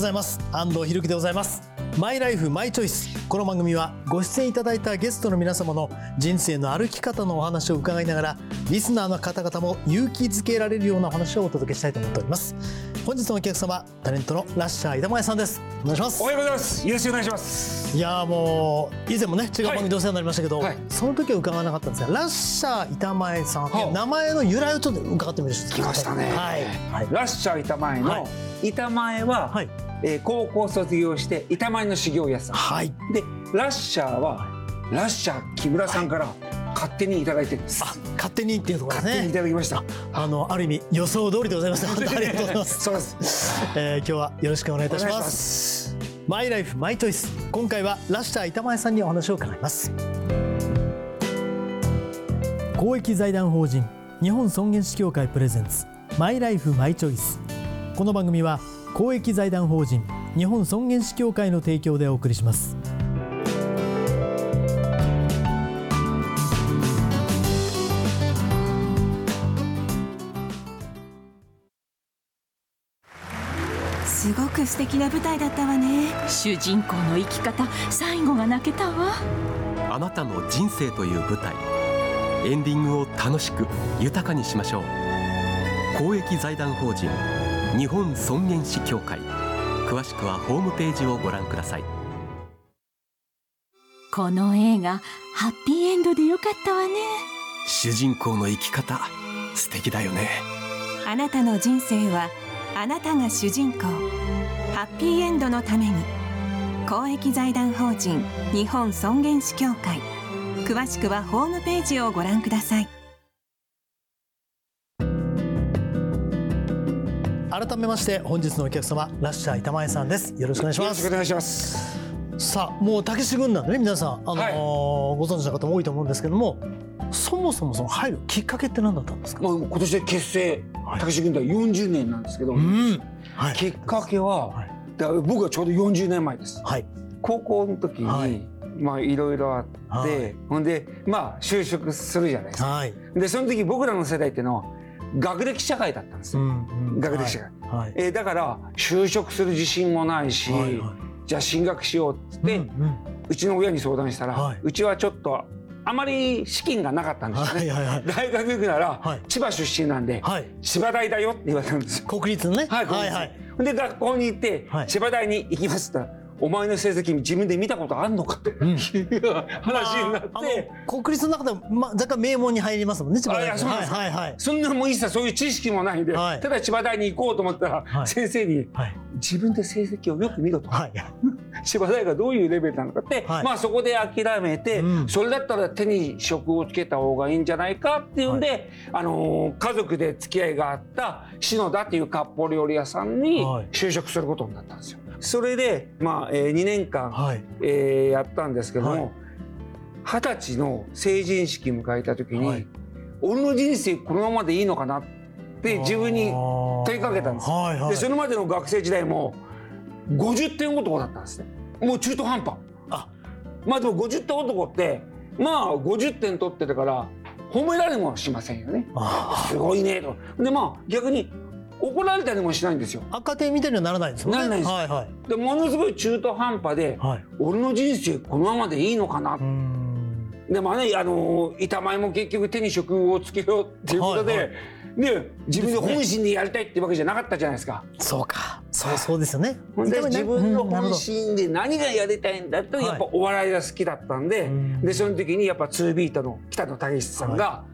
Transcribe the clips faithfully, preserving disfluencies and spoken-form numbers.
ございます。安藤裕樹でございます。マイライフマイチョイス。この番組はご出演いただいたゲストの皆様の人生の歩き方のお話を伺いながら、リスナーの方々も勇気づけられるようなお話をお届けしたいと思っております。本日のお客様、タレントのラッシャー板前さんです。お願いします。 おはようございます。よろしくお願いします。 いやもう以前もね違う番組でお世話になりましたけど、はい、その時は伺わなかったんですが、ラッシャー板前さん、はい、名前の由来をちょっと伺ってもいいですか。 聞きましたね、はいはい、ラッシャー板前の、はい、板前は、はい、えー、高校卒業して板前の修行をやってた、はい、でラッシャーはラッシャー木村さんから、はい、勝手にいただいてるんです。 あ、勝手にっていうところですね。 勝手にいただきました。 あのある意味予想通りでございます。本当にありがとうございます。 そうです、 えー、今日はよろしくお願いいたします。マイライフマイチョイス。今回はラッシャー板前さんにお話を伺います。公益財団法人日本尊厳死協会プレゼンツマイライフマイチョイス。この番組は公益財団法人日本尊厳死協会の提供でお送りします。 すごく素敵な舞台だったわね。 主人公の生き方、最後が泣けたわ。 あなたの人生という舞台、エンディングを楽しく豊かにしましょう。公益財団法人日本尊厳死協会。詳しくはホームページをご覧ください。 この映画ハッピーエンドでよかったわね。 主人公の生き方素敵だよね。 あなたの人生はあなたが主人公。ハッピーエンドのために公益財団法人日本尊厳死協会。詳しくはホームページをご覧ください。 改めまして本日のお客様、ラッシャー板前さんです。よろしくお願いします。 よろしくお願いします。 さあ、もうたけし軍団でね、皆さん、あのーはい、ご存知の方も多いと思うんですけども、そもそもその入るきっかけって何だったんですか。 まあ、今年で結成、はい、たけし軍団よんじゅうねんなんですけど、うんはい、きっかけは、はい、だ僕はちょうどよんじゅうねんまえです、はい、高校の時に、はい、まあいろいろあって、はい、ほんでまあ就職するじゃないですか、はい、でその時僕らの世代っていうのは学歴社会だったんですよ、うんうん、学歴社会、はいはい、えー、だから就職する自信もないし、はいはい、じゃあ進学しようっつって、うんうん、うちの親に相談したら、はい、うちはちょっとあまり資金がなかったんですよね、はいはいはい、大学行くなら、はい、千葉出身なんで、はい、千葉大だよって言われたんですよ。 国立のね、 はい、はいはい、で学校に行って、はい、千葉大に行きますって言ったら、お前の成績自分で見たことあんのかっていう、うん、話になって、 国立の中でも、まあ、若干名門に入りますもんね、千葉大。 あ、そうなんですか、はいはいはい、そんなもう一切そういう知識もないんで、はい、ただ千葉大に行こうと思ったら、はい、先生に、はい、自分で成績をよく見ろと、はい、千葉大がどういうレベルなのかって、はい、まあそこで諦めて、うん、それだったら手に職をつけた方がいいんじゃないかっていうんで、はい、あのー、家族で付き合いがあった篠田っていう割烹料理屋さんに就職することになったんですよ。それで、まあえー、にねんかん、はい、えー、やったんですけども、はたちの成人式迎えた時に、はい、俺の人生このままでいいのかなって自分に問いかけたんです、はいはい、でそれまでの学生時代もごじゅってん男だったんですね。もう中途半端。あ、まあでもごじゅってん男ってまあごじゅってん取ってるから褒められもしませんよね。すごいねと。でまあ逆に怒られたりもしないんですよ。 赤点みたいにはならないんですよね。 ならないです、はいはい、でものすごい中途半端で、はい、俺の人生このままでいいのかな。でまあね、あの板前も結局手に職をつけようっていうことで、はいはい、で自分で本心でやりたいってわけじゃなかったじゃないですか。 そうか、そうそうですよね。 で自分の本心で何がやりたいんだってやっぱお笑いが好きだったんで、はい、でその時にやっぱツービートの北野武さんが、はい、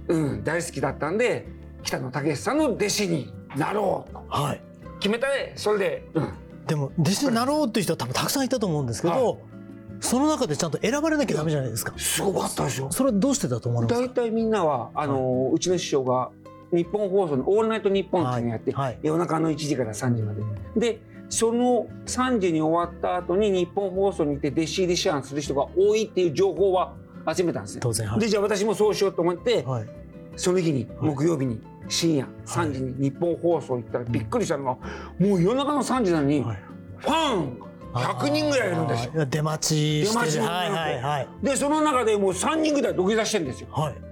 うん、大好きだったんで北野武さんの弟子になろうと決めたで、それで、うん、 でも弟子になろうっていう人は多分たくさんいたと思うんですけど、はい、その中でちゃんと選ばれなきゃダメじゃないですか。 すごかったでしょ。 それはどうしてだと思いますか。 大体みんなはあの、はい、うちの師匠が日本放送の「オールナイトニッポン」っていうのをやって、はいはい、夜中のいちじからさんじまで、でそのさんじに終わった後に日本放送に行って弟子入り志願する人が多いっていう情報は集めたんですね。 当然、はい、 でじゃあ私もそうしようと思って、はい、その日に木曜日に深夜さんじに日本放送行ったらびっくりしたのが、もう夜中のさんじなのにファンひゃくにんぐらいいるんですよ。 出待ちしてる。 出待ち、はいはいはい、でその中でもうさんにんぐらい土下座してるんですよ、はい、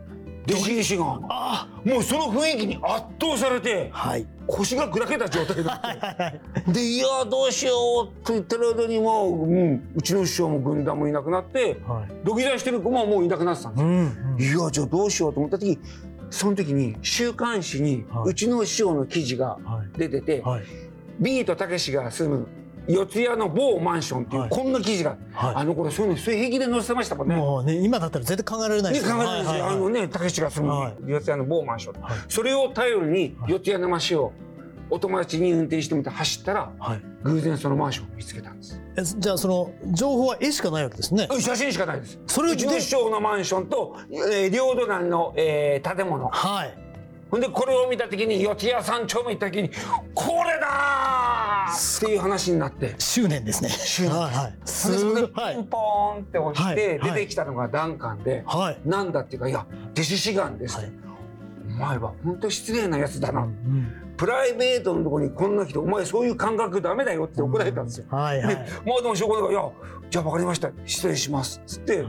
弟子入り志願。もうその雰囲気に圧倒されて、はい、腰が砕けた状態になってで、いやどうしようと言ってる間にもう、うん、うちの師匠も軍団もいなくなって、はい、土下座してる子ももういなくなってたんですよ、うんうん、いやじゃあどうしようと思った時、その時に週刊誌にうちの師匠の記事が出てて、はいはい、ビートたけしが住む四谷の某マンションっていう、はい、こんな記事が、はい、あの頃そういうの平気で載せてましたもんね。 もうね、今だったら絶対考えられないですよね。 考えられないですよ。あのね、たけしが住む四谷の某マンション、はい、それを頼りに四谷の街をお友達に運転してみて走ったら、はい、偶然そのマンションを見つけたんです。 え、じゃあその情報は絵しかないわけですね。 写真しかないです。それうちの師匠のマンションと、えー、両隣の、えー、建物。はい。ほんでこれを見た時に四谷三丁目行った時にこれだーっていう話になって執念ですね。 執念。はいはい。それでピンポーンって押して出てきたのがダンカンで、はい、なんだっていうか、いや弟子志願です、はい、お前は本当失礼なやつだな、うんうん、プライベートのところにこんな人お前そういう感覚ダメだよって怒られたんですよ。うん、はいはい。でまあでもしょうがないから、いやじゃあ分かりました失礼しますっつって、はい、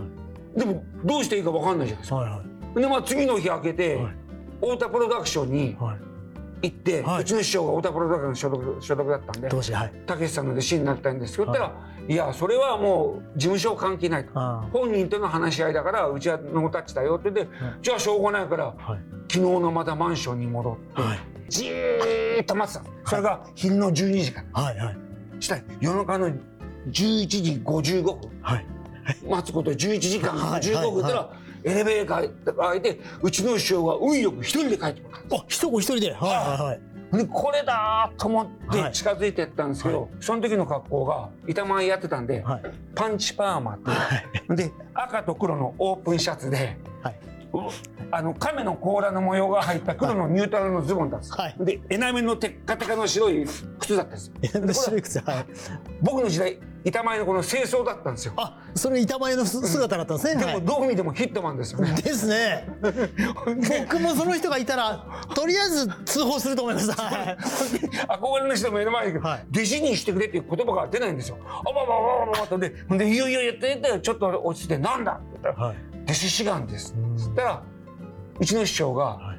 でもどうしていいか分かんないじゃないですか。はいはい、でまあ次の日開けて、はい、太田プロダクションに行って、はい、うちの師匠が太田プロダクション所属、所属だったんでたけしさんの弟子になりたいんですよって言ったら、はい、いやそれはもう事務所関係ないと、本人との話し合いだからうちはノータッチだよって言って、はい、じゃあしょうがないから、はい、昨日のまたマンションに戻って、はい、じーっと待ってたの、はい、それが昼のじゅうにじから、はいはい、したら夜中のじゅういちじごじゅうごふん、はい、待つことじゅういちじかんごじゅうごふんったら、はいはいはい、エレベーターが開いてうちの師匠が運よく一人で帰ってこたんです。 あ、一人一人で。はいはいはい。 でこれだと思って近づいてったんですけど、はい、その時の格好が板前やってたんで、はい、パンチパーマって、はい、で赤と黒のオープンシャツで、はい、あの亀の甲羅の模様が入った黒のニュートラルのズボンだったんです、はい、でエナメのテッカテカの白い靴だったんですよ。エナメの白い靴、はい、僕の時代板前のこの清掃だったんですよ。 あ、それ板前の姿だったんですね。 でもどう見てもヒットマンですよね。 ですね。僕もその人がいたらとりあえず通報すると思います。 憧れの人の目の前に弟子にしてくれっていう言葉が出ないんですよ。あばばばばばとで、ほんでいよいよ言っててちょっと落ちてなんだって言ったら、はい、弟子志願です。つったらうちの師匠が、はい、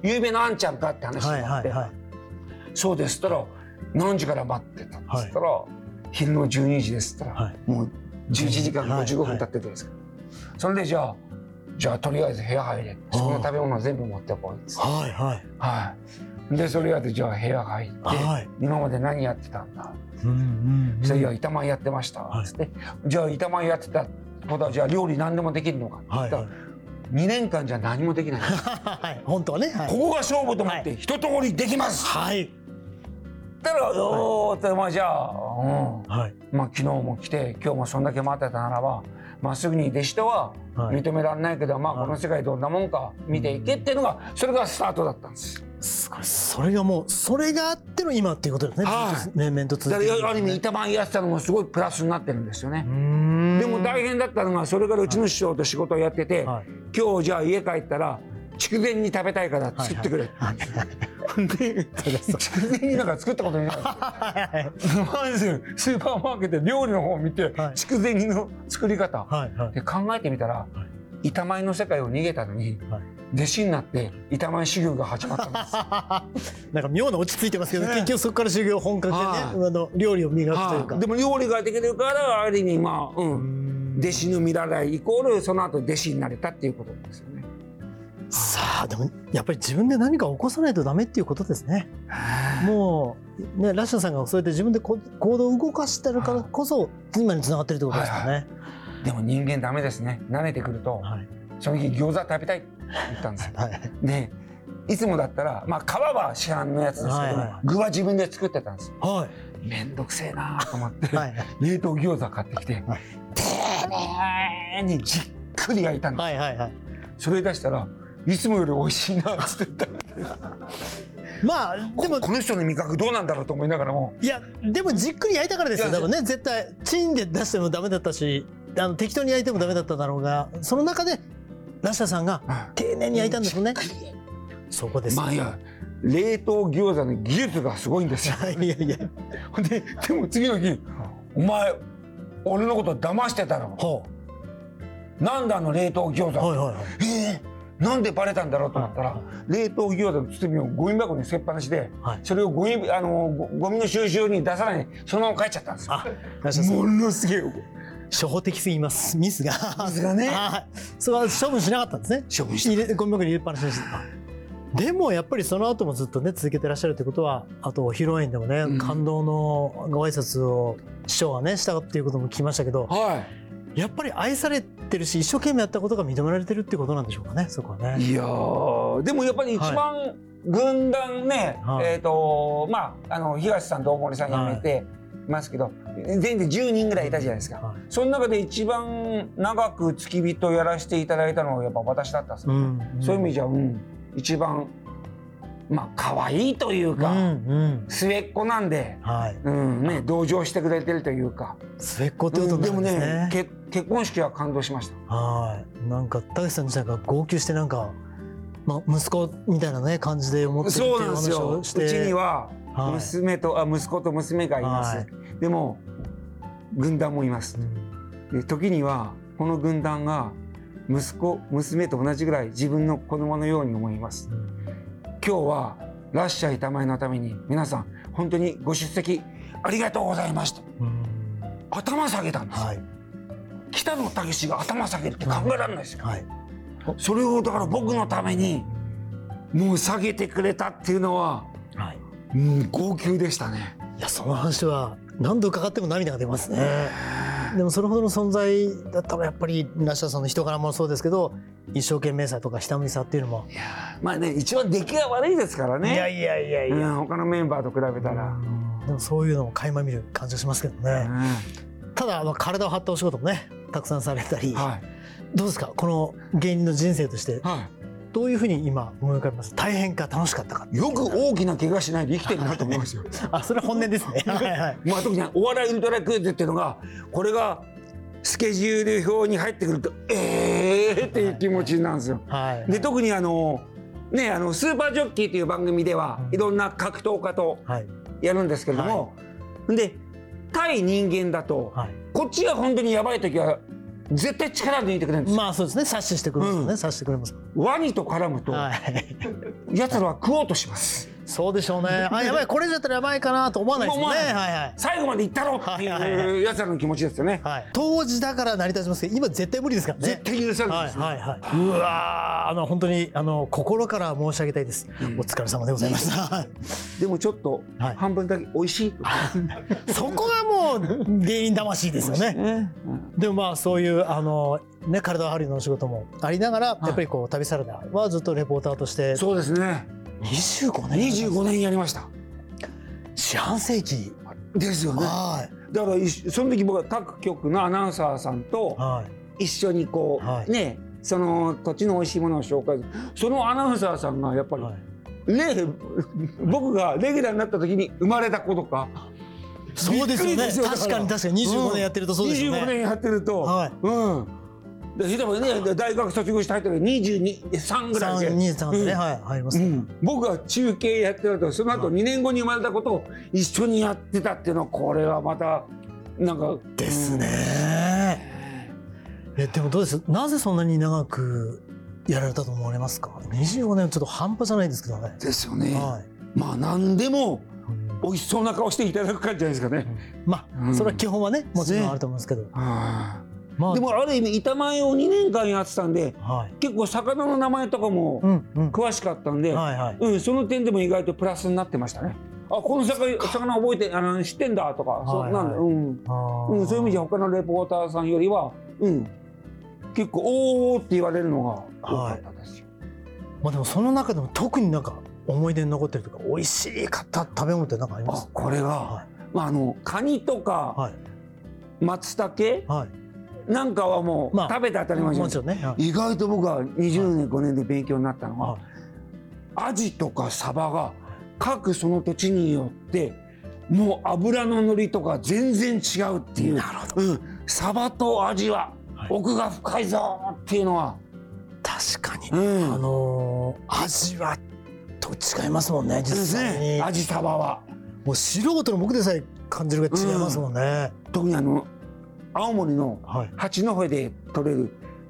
ゆうべのあんちゃんかって話になって、はいはいはい、そうですったら何時から待ってたっつったら、はい、昼のじゅうにじですって言ったら、はい、もうじゅういちじかんごじゅうごふん経ってるんですから、はいはい、それでじゃあじゃあとりあえず部屋入れ、その食べ物全部持ってこいっつって、はいはいはい、でそれやってじゃあ部屋入って、はい、今まで何やってたんだ、うんうんうん、そしたらいや板前やってましたっつって、はい、じゃあ板前やってたことはじゃあ料理何でもできるのかって言ったら、はいはい、にねんかんじゃ何もできないはい、本当はね、はい、 ここが勝負と思って一通りできます、はい、たらおーって、まあじゃあ、うんはい、まあ昨日も来て今日もそんだけ待ってたならばまっすぐに弟子とは認められないけど、はい、まあこの世界どんなもんか見ていけっていうのがそれがスタートだったんです。 すごい、それがもうそれがあっての今っていうことですね。はい、年々と続いてる、ね、 ある意味板前やってたのもすごいプラスになってるんですよね。でも大変だったのがそれからうちの師匠と仕事をやってて、はい、今日じゃあ家帰ったら筑前煮食べたいから作ってくれ、はいはい、で筑前煮なんか作ったことないまずスーパーマーケットで料理の方を見て、はい、筑前煮の作り方、はいはい、で考えてみたら、はい、板前の世界を逃げたのに、はい、弟子になって板前修行が始まったんですなんか妙な落ち着いてますけど、ね、結局そこから修行本格的にね、はい、あの料理を磨くというか、 でも料理ができるからある意味まあ、うん、弟子の見習いイコールその後弟子になれたっていうことですよね。 さあでもやっぱり自分で何か起こさないとダメっていうことですね。もうね、ラッシャーさんがそうやって自分で行動を動かしてるからこそ今につながってるってことですよね。はいはい、 でも人間ダメですね。慣れてくると、はい、その日餃子食べたいって言ったんですよ。はい、でいつもだったらまあ皮は市販のやつですけど、はいはい、具は自分で作ってたんですよ。はい、めんどくせえなと思ってはい、冷凍餃子買ってきて、はい、丁寧にじっくり焼いたんです。はいはいはい、それ出したらいつもより美味しいなって言ったまあでもこ, この人の味覚どうなんだろうと思いながらも、 いやでもじっくり焼いたからですよ。多分ね、絶対チンで出してもダメだったし、あの適当に焼いてもダメだっただろうが、その中でラッシャーさんが丁寧に焼いたんですよね。そこです。 まあいや冷凍餃子の技術がすごいんですよいやいやで, でも次の日お前俺のこと騙してたの、はあ、なんだあの冷凍餃子、はいはいはい、えーなんでバレたんだろうと思ったら、冷凍餃子の包みをゴミ箱に捨てっぱなしで、それをゴミあのゴミの収集に出さないでそのまま帰っちゃったんですよ。ものすげえ初歩的すぎます。ミスがミスがねそれは処分しなかったんですね。 処分してゴミ箱に入れっぱなしにして。でもやっぱりその後もずっとね続けてらっしゃるということは、あと披露宴でもね、うん、感動のご挨拶を師匠はねしたっていうことも聞きましたけど、はい、やっぱり愛されてるし一生懸命やったことが認められてるっていうことなんでしょうかね、そこはね。 いやーでもやっぱり一番、はい、軍団ね、はい、えっ、ー、とまああの東さんと大森さん辞めてますけど、はい、全然じゅうにんぐらいいたじゃないですか、はい、その中で一番長く付き人やらせていただいたのはやっぱ私だったんですよ、うんうん、そういう意味じゃ、うん、一番まあ可愛いというか、うんうん、末っ子なんで、はいうんね、同情してくれてるというか。 末っ子ってことなんですね。うん、でもねけ結婚式は感動しました。 はいなんか高橋さん自体が号泣してなんか、まあ、息子みたいなね感じで思ってるっていう話をして、 うちには娘と、はい、あ息子と娘がいます、はい、でも軍団もいます、うん、で時にはこの軍団が息子娘と同じぐらい自分の子供のように思います、うん、今日はラッシャー板前のために皆さん本当にご出席ありがとうございました、うん、頭下げたんです、はい、北野武が頭下げるって考えられないですよ、はい、それをだから僕のためにもう下げてくれたっていうのは、はいうん、号泣でしたね。 いやその話は何度かかっても涙が出ますね。でもそれほどの存在だったらやっぱりラッシャーさんの人柄もそうですけど一生懸命さとか下向きさっていうのもいやまあね一番出来が悪いですからね。 いやいやいやいや、 うん、他のメンバーと比べたらでもそういうのも垣間見る感じがしますけどね、うん、ただ体を張ったお仕事もねたくさんされたり、はい、どうですかこの芸人の人生として、はい、どういうふうに今思い浮かべます？大変か楽しかったか。 よく大きな怪我しないで生きてるなと思いますよあそれは本音ですねはい、はい、 まあ特にお笑いウルトラクイズっていうのがこれがスケジュール表に入ってくるとえーっていう気持ちなんですよ、はいはい、で特にあのねあのスーパージョッキーという番組では、うん、いろんな格闘家とやるんですけれども、はい、で対人間だと、はい、こっちが本当にやばい時は絶対力抜いてくれるんですよ。 まあそうですね察してしてくれますね、うん、察してくれます。 ワニと絡むと、はい、やつらは食おうとします。 そうでしょうね。あやばいこれじゃったらやばいかなと思わないですよね。はいはい、 最後までいったろっていうやつらの気持ちですよね、はい、 当時だから成り立ちますけど今絶対無理ですからね。 絶対許されないですね、 はいはいはい、うわあの本当にあの心から申し上げたいです、うん、お疲れ様でございましたでもちょっと半分だけ美味しい、はい、そこがもう芸人魂ですよね、ねうん、でもまあそういうあのね体を張るのお仕事もありながら、はい、やっぱりこう旅サラダはずっとレポーターとして。 そうですねにじゅうごねんにじゅうごねんやりました。 四半世紀ですよね。はい、だからその時僕は各局のアナウンサーさんと一緒にこう、はい、ねその土地の美味しいものを紹介する。そのアナウンサーさんがやっぱり、はい、レ僕がレギュラーになった時に生まれた子とか。 そうですよね。確かに確かににじゅうごねんやってるとそうですよね。 にじゅうごねんやってると、はい、うん。で例えばね大学卒業して入ったらにじゅうさんぐらいでにじゅうさんですね、うん、はい入ります、ねうん、 僕が中継やってるとその後にねんごに生まれたことを一緒にやってたっていうのはこれはまたなんかですね、うん、えでもどうですなぜそんなに長くやられたと思われますか。にじゅうごねんちょっと半端じゃないですけどね。 ですよね、はい、まあ何でも美味しそうな顔していただく感じじゃないですかね、 うん、まあ、うん、それは基本はねもちろんあると思うんですけど、ねまあ、でもある意味板前をにねんかんやってたんで、はい、結構魚の名前とかも詳しかったんで、うんうんはいはいうん、その点でも意外とプラスになってましたね。あこの魚魚覚えてあの知ってんだとか、はいはい、そうなんだ、うんうん、そういう意味じゃ他のレポーターさんよりは、うん、結構おーって言われるのが多かったですよ、はいまあ、でもその中でも特になんか思い出に残ってるとか美味しかった食べ物って何かあります？ あこれが、はいまあ、あのカニとか、はい、松茸、はいなんかはもう、まあ、食べて当たり前じゃない、ねはい、意外と僕はにじゅうねんごねんで勉強になったのは、はい、アジとかサバが各その土地によってもう脂の乗りとか全然違うっていう、なるほど、うん、サバとアジは奥が深いぞっていうのは、はい、 確かに、うん、あのー、アジはと違いますもんね実際に、ね、 アジサバはもう素人の僕でさえ感じるが違いますもんね、 うん、特にあの青森の八戸で取れる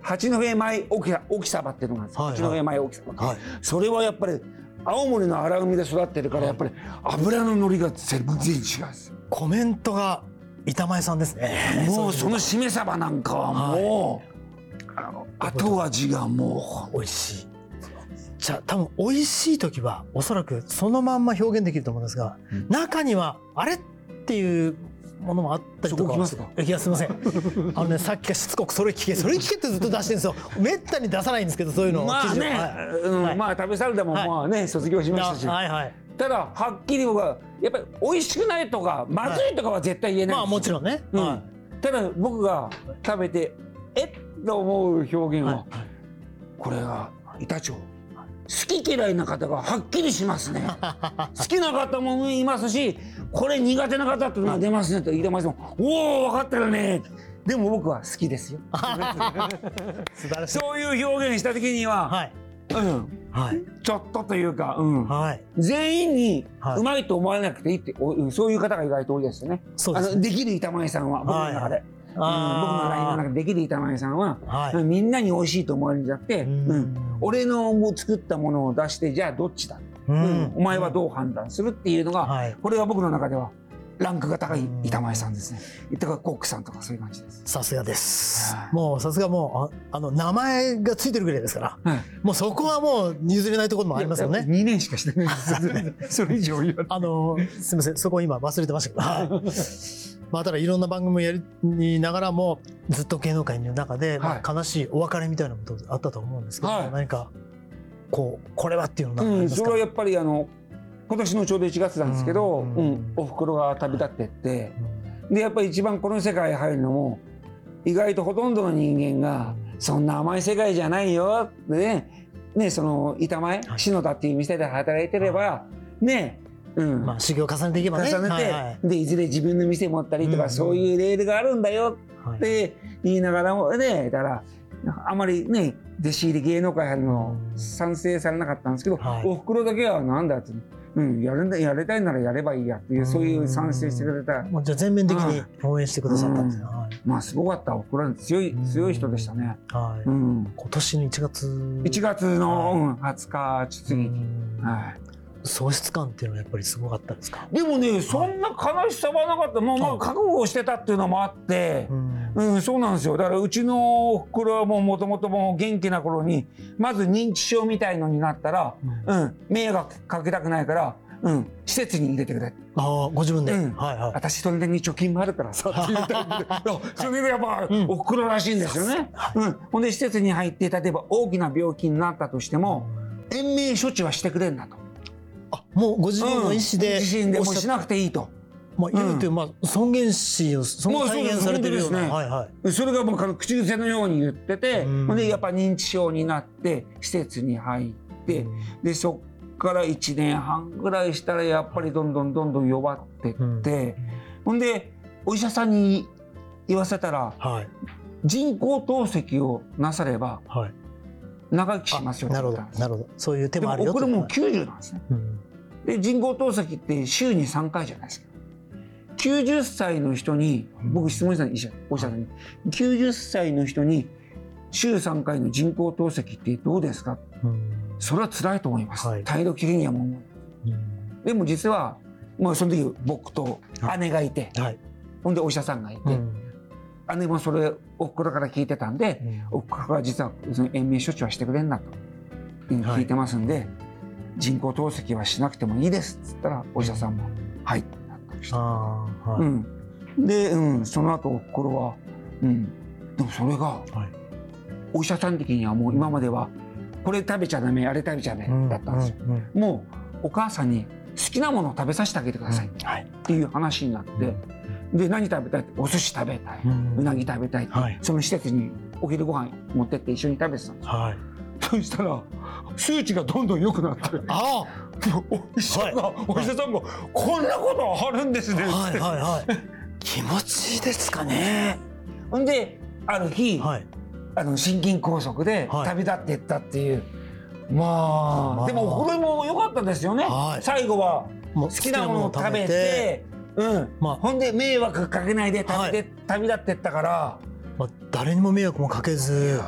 八戸前沖さ沖サバっていうのがあるんです、はいはい、八戸前沖サバ、はい、それはやっぱり青森の荒海で育ってるから、やっぱり油の乗りが全然違うんですよ。 コメントが板前さんですね。 もうそのしめ鯖なんかはもう、はい、あの後味がもう美味しい。じゃあ多分美味しい時はおそらくそのまんま表現できると思うんですが、うん、中にはあれっていうものもあったりとか。いやすみません。あのねさっきからしつこくそれ聞けそれ聞けってずっと出してるんですよ。めったに出さないんですけどそういうのを。 まあね、はいうんはい、まあ旅サラダもまあね、はい、卒業しましたし。はいはい。ただはっきり僕はやっぱり美味しくないとかまずいとかは絶対言えないんですよ。 まあもちろんね。 うん、ただ僕が食べてえっと思う表現は、はい、これが板長。好き嫌いな方がはっきりしますね。好きな方もいますし、これ苦手な方っていうのは出ますねと言ってますもん。おお分かってるね。でも僕は好きですよ。素晴らしい。そういう表現した時には、はい、うん、はい、ちょっとというか、うん、はい、全員にうまいと思われなくていいって、はい、そういう方が意外と多いですよね。そうですね。あのできる板前さんは僕の中で。はいうん、僕のラインの中でできる板前さんは、はい、みんなに美味しいと思われるんじゃなくて、うん、俺の作ったものを出してじゃあどっちだ、うんうん、お前はどう判断するっていうのが、はい、これは僕の中ではランクが高い板前さんですね。だからコックさんとかそういう感じです。 さすがです。もうさすがもう あ, あの名前がついてるぐらいですから、はい、もうそこはもう譲れないところもありますよね。 にねんしかしてないですそれ以上言われあのすみませんそこ今忘れてましたけど。はいまあ、ただいろんな番組をやりながらもずっと芸能界にいる中で、まあ、悲しいお別れみたいなことあったと思うんですけど、はい、何かこうこれはっていうのは何かありますか？ うん、それはやっぱりあの今年のちょうどいちがつなんですけど、うんうん、おふくろが旅立ってって、うん、でやっぱり一番この世界に入るのも意外とほとんどの人間が、うん、そんな甘い世界じゃないよってね、ねその板前、はい、篠田っていう店で働いてれば、はい、ねうんまあ、修行重ねていけばね重ねて、はいはい、でいずれ自分の店持ったりとか、うんうん、そういうレールがあるんだよって言いながらもねだからあまりね弟子入り芸能界入るの賛成されなかったんですけど、はい、おふくろだけはなんだって、うん、やるんだやりたいならやればいいやっていうそういう賛成してくれた。 じゃあ全面的に応援してくださったんですね。はい、 まあすごかったおふくろ強い強い人でしたね。 はいうん、今年のいちがついちがつの、はいうん、はつか過ぎはい喪失感っていうのはやっぱりすごかったですか？ でもねそんな悲しさはなかった。もうまあ覚悟をしてたっていうのもあって、うん、うん、そうなんですよ。だからうちのおふくろはもうもともともう元気な頃にまず認知症みたいのになったら、うん、うん、迷惑かけたくないから、うん、施設に入れてくれ。 ああご自分で、 うんはいはい、私それでに貯金もあるからさっていうタイプでそれがやっぱ、うん、おふくろらしいんですよね。うん、ほんで施設に入って例えば大きな病気になったとしても延命処置はしてくれんだと。 あもうご自分の意思で、 うん、自身でもしなくていいと。 まあ、いわゆるまあ尊厳死をその体現されてるような、 まあ、はいはい、それがもう口癖のように言ってて、うん、でやっぱ認知症になって施設に入って、うん、でそっからいちねんはんぐらいしたらやっぱりどんどんどんどん弱ってって、うん、ほんでお医者さんに言わせたら、はい、人工透析をなされば、はい、長生きしますよって言ったんです。なるほど、そういう手もあるよと。 でもこれもうきゅうじゅうなんですね。うん、で人工透析って週にさんかいじゃないですか。きゅうじゅっさいの人に僕質問したんですお医者さんに、きゅうじゅっさいの人に週さんかいの人工透析ってどうですか、うん、それは辛いと思います、はい、体力的にはもう、うん、でも実は、まあ、その時僕と姉がいて、はい、ほんでお医者さんがいて、うん、姉もそれおふくろから聞いてたんで、うん、おふくろは実はその延命処置はしてくれんなと聞いてますんで、はい、人工透析はしなくてもいいですっつったらお医者さんも「はい」ってなったりして、はいうん、で、うん、その後おふくろは、うん、でもそれが、はい、お医者さん的にはもう今まではこれ食べちゃダメあれ食べちゃダメだったんですよ、うんうんうん、もうお母さんに好きなものを食べさせてあげてください、うんはい、っていう話になって、うん、で何食べたいってお寿司食べたい、うん、うなぎ食べたいって、はい、その施設にお昼ご飯持ってって一緒に食べてたんですよ、はい、そしたら数値がどんどん良くなってあお医者が、はい、お医者さんが、はい、こんなことあるんですねって、はいはいはい、 気持ちいいですかね。 ほんである日、はい、あの心筋梗塞で旅立っていったっていう、はい、まあ、まあ、でもこれも良かったですよね、はい、最後は好きなものを食べて、うんまあ、ほんで迷惑かけないで旅で、はい、旅立っていったから、 まあ、誰にも迷惑もかけず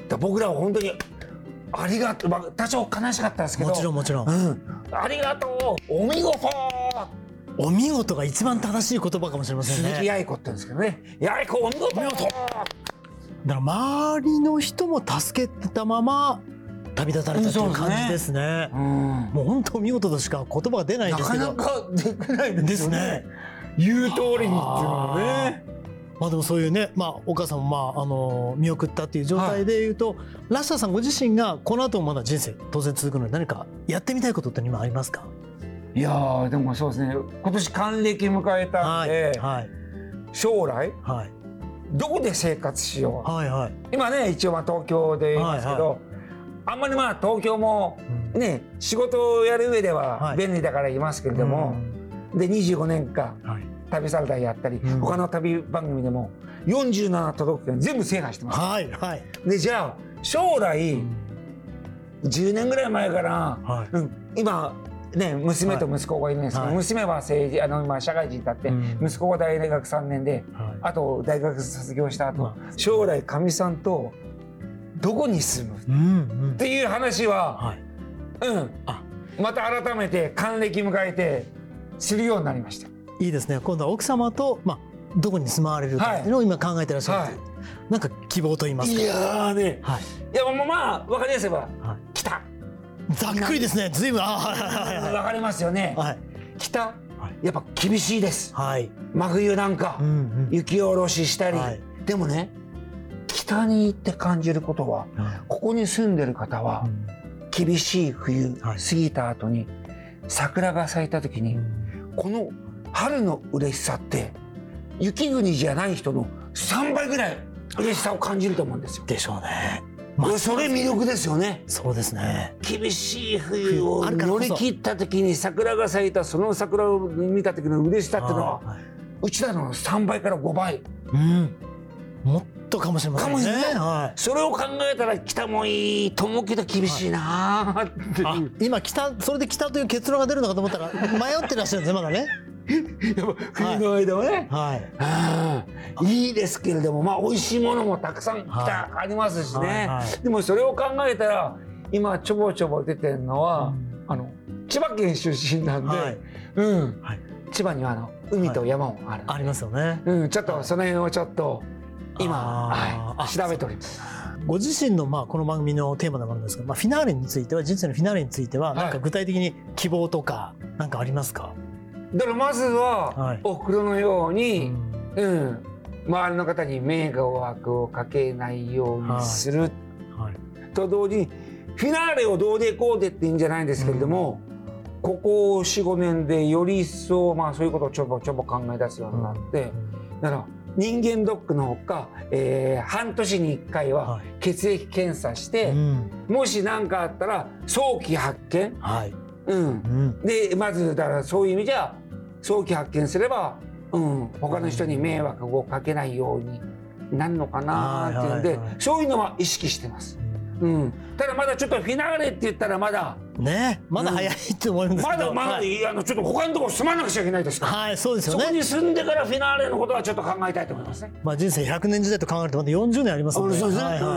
僕らは本当にありがとう、まあ、多少悲しかったですけど、 もちろんもちろん、 うん、ありがとう、お見事、 お見事が一番正しい言葉かもしれませんね。 鈴木八重子って言うんですけどね、八重子お見事。だから周りの人も助けてたまま旅立たれたという感じですね。うん、もう本当見事としか言葉が出ないんですけど、 なかなかできないですよね。言う通りにっていうのはね。 まあでもそういうね、まあお母さんもまああの見送ったっていう状態でいうと、はい、ラッシャーさんご自身がこの後もまだ人生当然続くので何かやってみたいことって今ありますか？ いやーでもそうですね。今年還暦迎えたんで、はいはい、将来、はい、どこで生活しよう。はいはい、今ね一応まあ東京でいますけど。はいはい、あんまりまあ東京もね、うん、仕事をやる上では便利だからいますけれども、はい、でにじゅうごねんかん旅サラダやったり、うん、他の旅番組でもよんじゅうなな都道府県全部制覇してます。はいはい、でじゃあ将来、うん、じゅうねんぐらい前から、はい、うん、今ね娘と息子がいるんですけど、はい、娘は政治あの今社会人になって、うん、息子が大学さんねんで、はい、あと大学卒業した後、まあ、将来かみさんとどこに住むっていう話は、うん、また改めて還暦迎えてするようになりました。 いいですね。今度は奥様と、まあ、どこに住まわれるかっていうのを今考えてらっしゃる、はい、なんか希望と言いますか。 いやーね、はい、いやもうまあ分かりやすいば、はい、北。 ざっくりですね。ずいぶん分かりますよね。はい、北、やっぱ厳しいです。はい、真冬なんか、うんうん、雪下ろししたり、はい、でもね。北に行って感じることは、うん、ここに住んでる方は、うん、厳しい冬過ぎた後に、はい、桜が咲いた時に、うん、この春の嬉しさって雪国じゃない人のさんばいぐらい嬉しさを感じると思うんですよ。 でしょうね。 まあ、それ魅力ですよね。 そうですね。 厳しい冬を乗り切った時に桜が咲いたその桜を見た時の嬉しさっていうのは、はい、うちらのさんばいからごばい。うん、 もっとかもしれませんね。 はい、それを考えたら北もいいと思うけど厳しいなっていう、はい、 今北それで北という結論が出るのかと思ったら迷ってらっしゃるんですねまだね。 やっぱ冬の間はね、はい、いいですけれども、まあ美味しいものもたくさん北ありますしね、はいはい、でもそれを考えたら今ちょぼちょぼ出てるのは、うん、あの千葉県出身なんで、はい、うん、はい、千葉にはあの海と山もある、 はい、ありますよね、 うん、ちょっとその辺をちょっと今、はい、調べております。 ご自身のまあこの番組のテーマでもあるんですが、まあ、フィナーレについては人生のフィナーレについては何か具体的に希望とか何かありますか？ だからまずはおふくろのように、うん、うん、周りの方に迷惑をかけないようにする、はいはい、と同時にフィナーレをどうでこうでっていいんじゃないんですけれども、うん、ここ よん,ご 年でより一層、まあ、そういうことをちょぼちょぼ考え出すようになって、うん、だから人間ドックのほか、えー、半年にいっかいは血液検査して、はい、うん、もし何かあったら早期発見、はい、うんうん、でまずだからそういう意味じゃ早期発見すれば、うん、他の人に迷惑をかけないようになるのかなっていうんで、はいはいはい、そういうのは意識してます。うん、ただまだちょっとフィナーレって言ったらまだね、まだ早いって思うんですけど、 まだまだ、はい、あのちょっと他のところ住まなくちゃいけないですから、 はい、そうですよね。 そこに住んでからフィナーレのことはちょっと考えたいと思いますね。 まあ人生ひゃくねん時代と考えるとまだよんじゅうねんありますので、 そうですね、 はいはい、うん、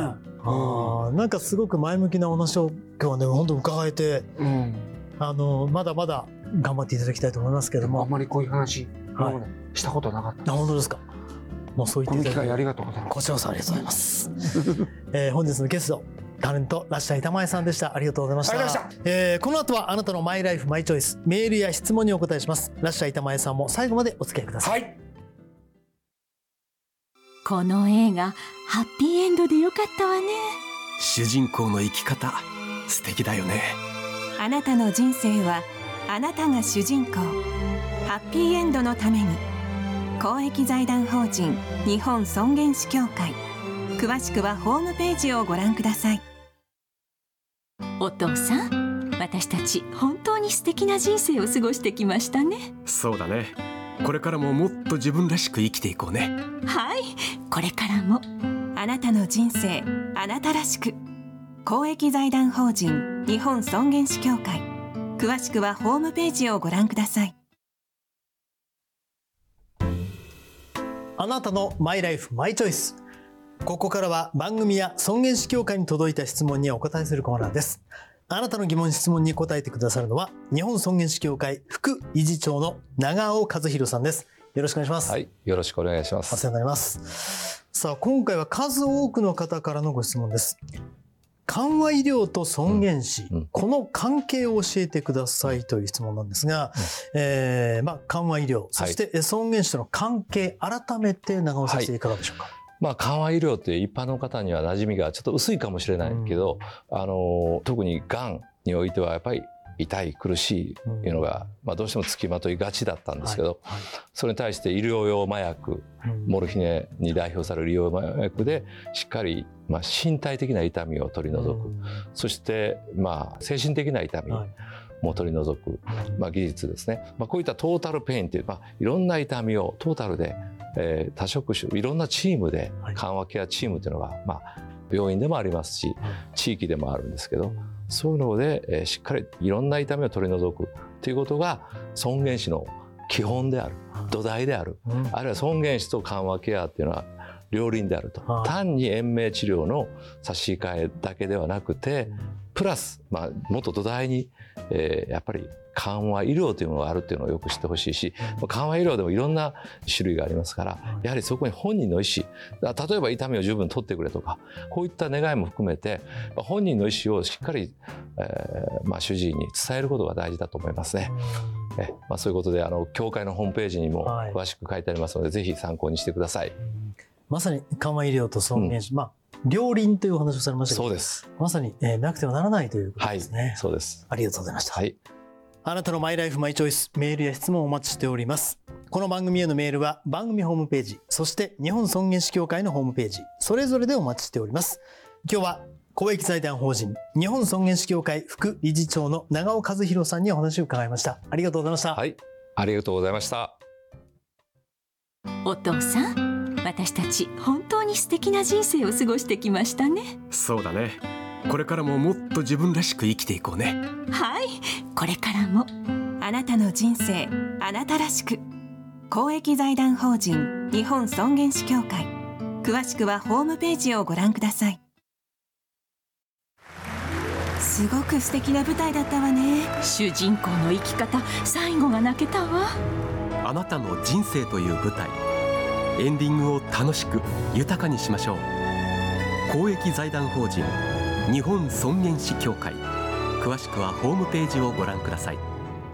あ、なんかすごく前向きなお話を今日はね本当伺えて、うん、あのまだまだ頑張っていただきたいと思いますけども、 あんまりこういう話、はい、したことなかったです。 本当ですか。もうそう言っていただいて、 この機会ありがとうございます。 こちらこそありがとうございます、えー、本日のゲストタレントラッシャー板前さんでした。ありがとうございました。 ありがとうございました。 えー、この後はあなたのマイライフマイチョイス、メールや質問にお答えします。ラッシャー板前さんも最後までお付き合いください。はい、 この映画ハッピーエンドでよかったわね。 主人公の生き方素敵だよね。 あなたの人生はあなたが主人公。ハッピーエンドのために公益財団法人日本尊厳死協会、詳しくはホームページをご覧ください。 お父さん、私たち本当に素敵な人生を過ごしてきましたね。 そうだね。これからももっと自分らしく生きていこうね。 はい、これからもあなたの人生あなたらしく、公益財団法人日本尊厳死協会、詳しくはホームページをご覧ください。 あなたのマイライフマイチョイス。 ここからは番組や尊厳死協会に届いた質問にお答えするコーナーです。あなたの疑問質問に答えてくださるのは日本尊厳死協会副理事長の長尾和弘さんです。よろしくお願いします。 はい、よろしくお願いします。 お世話になります。さあ、今回は数多くの方からのご質問です。緩和医療と尊厳死、うん、この関係を教えてくださいという質問なんですが、うんえーまあ、緩和医療そして尊厳死との関係、改めて長尾先生いかがでしょうか。はい、 まあ、緩和医療って一般の方には馴染みがちょっと薄いかもしれないけど、うん、あの特にがんにおいてはやっぱり痛い苦しいっていうのが、まあ、どうしてもつきまといがちだったんですけど、はいはい、それに対して医療用麻薬、モルヒネに代表される医療用麻薬でしっかり、まあ、身体的な痛みを取り除く、そして、まあ、精神的な痛みも取り除く、まあ、技術ですね、まあ、こういったトータルペインっていう、まあ、いろんな痛みをトータルで、えー、多職種いろんなチームで緩和ケアチームというのが、まあ、病院でもありますし地域でもあるんですけど、そういうので、えー、しっかりいろんな痛みを取り除くということが尊厳死の基本である、土台である、うん、あるいは尊厳死と緩和ケアっていうのは両輪であると、はい、単に延命治療の差し控えだけではなくて、うん、プラス、まあ、もっと土台に、えー、やっぱり緩和医療というものがあるというのをよく知ってほしいし、うん、緩和医療でもいろんな種類がありますから、やはりそこに本人の意思、例えば痛みを十分取ってくれとか、こういった願いも含めて本人の意思をしっかり、えーまあ、主治医に伝えることが大事だと思いますね。うん、えまあ、そういうことであの協会のホームページにも詳しく書いてありますので、はい、ぜひ参考にしてください。うん、まさに緩和医療と尊厳死、うん、まあ両輪というお話をされましたけど、そうです。まさに、えー、なくてはならないということですね。はい、そうです。ありがとうございました。はい、あなたのマイライフマイチョイス、メールや質問をお待ちしております。この番組へのメールは番組ホームページ、そして日本尊厳死協会のホームページ、それぞれでお待ちしております。今日は公益財団法人日本尊厳死協会副理事長の長尾和弘さんにお話を伺いました。ありがとうございました。 はい、ありがとうございました。 お父さん、私たち本当に素敵な人生を過ごしてきましたね。 そうだね。これからももっと自分らしく生きていこうね。 はい、これからもあなたの人生あなたらしく、公益財団法人日本尊厳死協会、詳しくはホームページをご覧ください。すごく素敵な舞台だったわね。 主人公の生き方、最後が泣けたわ。 あなたの人生という舞台、エンディングを楽しく豊かにしましょう。公益財団法人日本尊厳死協会、詳しくはホームページをご覧ください。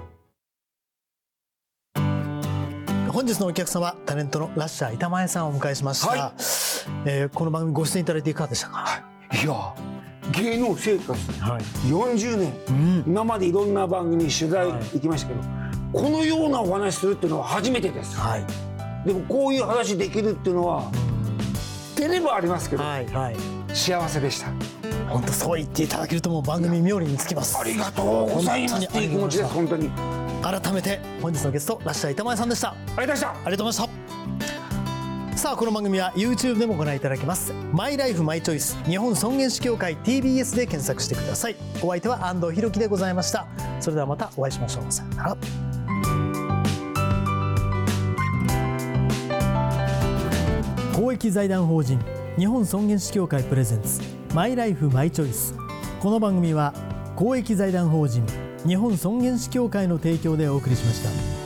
本日のお客様、タレントのラッシャー板前さんをお迎えしました。はい、えー、この番組ご出演いただいていかがでしたか。 はい、いや芸能生活よんじゅうねん、うん、今までいろんな番組取材行きましたけど、はい、このようなお話するっていうのは初めてです。はい、でもこういう話できるっていうのは照れもありますけど、はいはい、幸せでした。 本当そう言っていただけるともう番組冥利につきます。 ありがとうございますっていう気持ちです。本当に改めて本日のゲストラッシャー板前さんでした。ありがとうございました。ありがとうございました。さあ、この番組は YouTube でもご覧いただけます。マイライフマイチョイス日本尊厳死協会 ティービーエス で検索してください。お相手は安藤裕樹でございました。それではまたお会いしましょう。さよなら。公益財団法人日本尊厳死協会プレゼンツマイライフマイチョイス。この番組は公益財団法人日本尊厳死協会の提供でお送りしました。